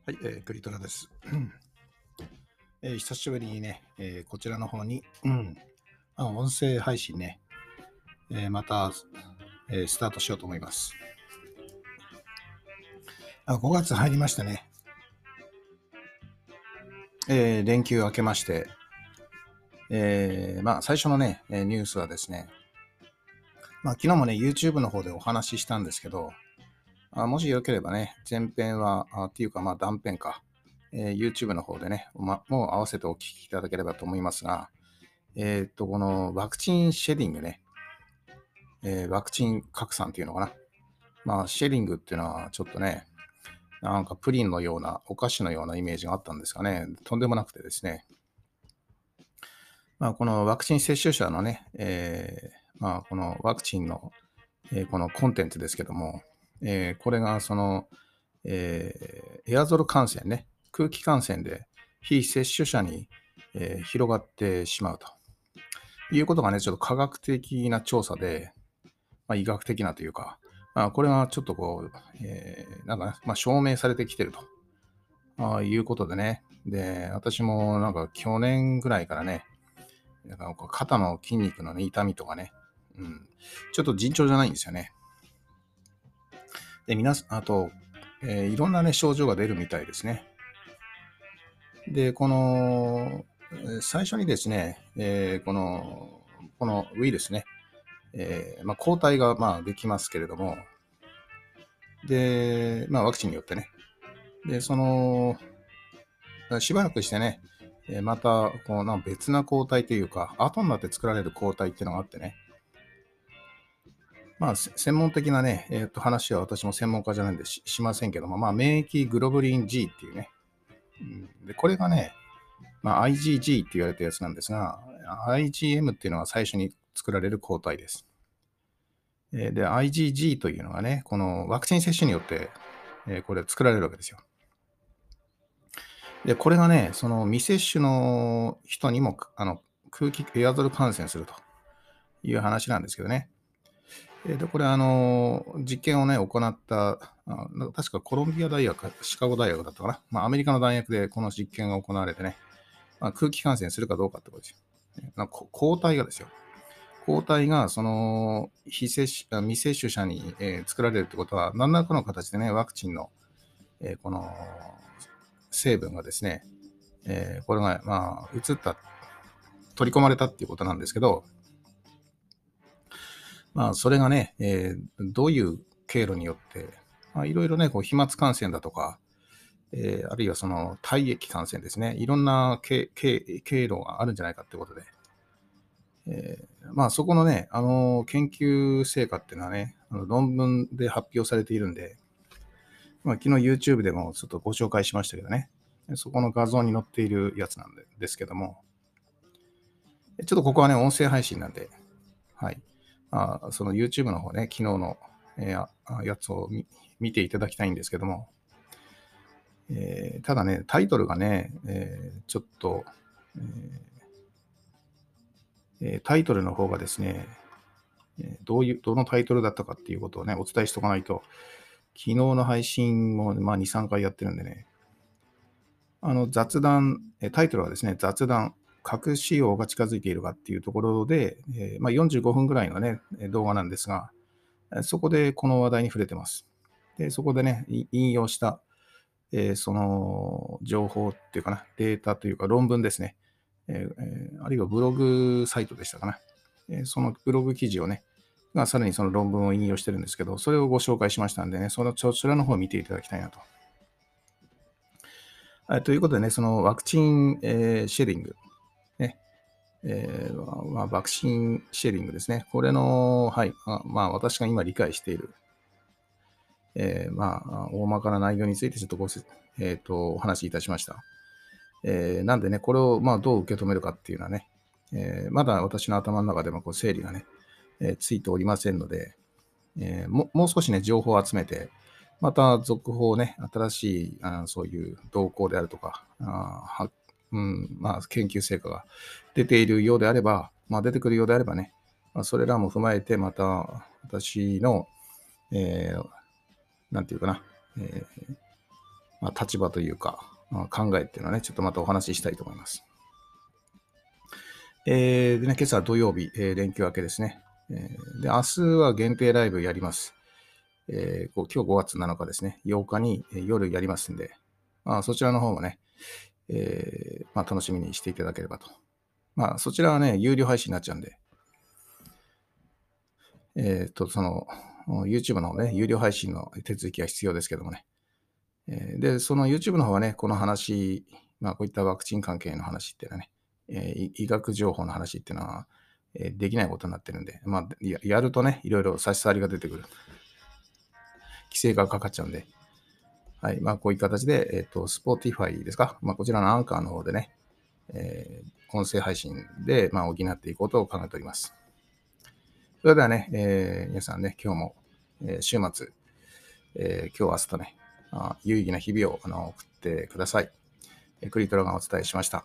はい、クリトラです。久しぶりにね、こちらの方に、音声配信ね、また、スタートしようと思います。5月入りましたね。連休明けまして、最初のね、ニュースはですね、昨日もね、YouTube の方でお話ししたんですけど、もしよければね、前編は、っていうか、断片か、YouTube の方でね、もう合わせてお聞きいただければと思いますが、このワクチンシェディングね、ワクチン拡散っていうのかな。シェリングっていうのはちょっとね、なんかプリンのような、お菓子のようなイメージがあったんですかね。とんでもなくてですね。このワクチン接種者のね、このワクチンの、このコンテンツですけども、これがその、エアゾル感染ね、空気感染で非接種者に、広がってしまうということがね、ちょっと科学的な調査で、医学的なというか、これがちょっとこう、なんかね、証明されてきてるということでね。で、私もなんか去年ぐらいからね、なんかこう肩の筋肉の、ね、痛みとかね、ちょっと尋常じゃないんですよね。で、あと、いろんなね、症状が出るみたいですね。で、最初にですね、このウイルスね、抗体ができますけれども、で、ワクチンによってね、で、しばらくしてね、また、別な抗体というか、後になって作られる抗体っていうのがあってね、専門的なね、話は私も専門家じゃないんでしませんけども、免疫グロブリン G っていうね、で、これがね、IgG って言われたやつなんですが、IgM っていうのが最初に作られる抗体です。で、IgG というのがね、このワクチン接種によって、これ作られるわけですよ。で、これがね、その未接種の人にも、エアゾル感染するという話なんですけどね。で、これ実験をね、行った、確かコロンビア大学、シカゴ大学だったかな。アメリカの大学でこの実験が行われてね、空気感染するかどうかってことですよ。抗体がですよ。抗体がその未接種者に、作られるってことは、何らかの形でね、ワクチンの、この成分がですね、これが、取り込まれたっていうことなんですけど、それがね、どういう経路によって、いろいろね、こう飛沫感染だとか、あるいはその体液感染ですね、いろんな経路があるんじゃないかってことで、そこのね、研究成果っていうのはね、論文で発表されているんで、昨日 YouTube でもちょっとご紹介しましたけどね、そこの画像に載っているやつなんですけども、ちょっとここはね、音声配信なんで、はい。その YouTube の方ね、昨日の、やつを見ていただきたいんですけども、ただね、タイトルがね、ちょっと、タイトルの方がですね、どのタイトルだったかっていうことをね、お伝えしておかないと、昨日の配信も、2、3回やってるんでね、雑談、タイトルはですね、雑談、核使用が近づいているかっていうところで、45分ぐらいのね、動画なんですが、そこでこの話題に触れてます。で、そこでね、引用した、その情報っていうかな、データというか論文ですね。あるいはブログサイトでしたかな。そのブログ記事をね、さらにその論文を引用してるんですけど、それをご紹介しましたんでね、そちらの方を見ていただきたいなと。ということでね、そのワクチン、シェリング、ね、ワクチンシェリングですね。これの、はい、私が今理解している、大まかな内容についてちょっとお話しいたしました。なんでね、これをどう受け止めるかっていうのはね、まだ私の頭の中でもこう整理がね、ついておりませんので、もう少しね、情報を集めて、また続報ね、新しいそういう動向であるとか、研究成果が出ているようであれば、出てくるようであればね、それらも踏まえて、また私の、なんていうかな、 立場というか、考えっていうのはね、ちょっとまたお話ししたいと思います。でね、今朝土曜日、連休明けですね。で、明日は限定ライブやります。今日5月7日ですね、8日に夜やりますんで、そちらの方もね、楽しみにしていただければと。そちらはね、有料配信になっちゃうんで、YouTube のね、有料配信の手続きが必要ですけどもね。で、その YouTube の方はね、この話、こういったワクチン関係の話っていうのはね、医学情報の話っていうのは、できないことになってるんで、やるとね、いろいろ差し障りが出てくる。規制がかかっちゃうんで、はい、こういう形で、Spotify ですか、こちらのアンカーの方でね、音声配信で、補っていこうと考えております。それではね、皆さんね、今日も、週末、今日、明日とね、有意義な日々を送ってください。クリトラがお伝えしました。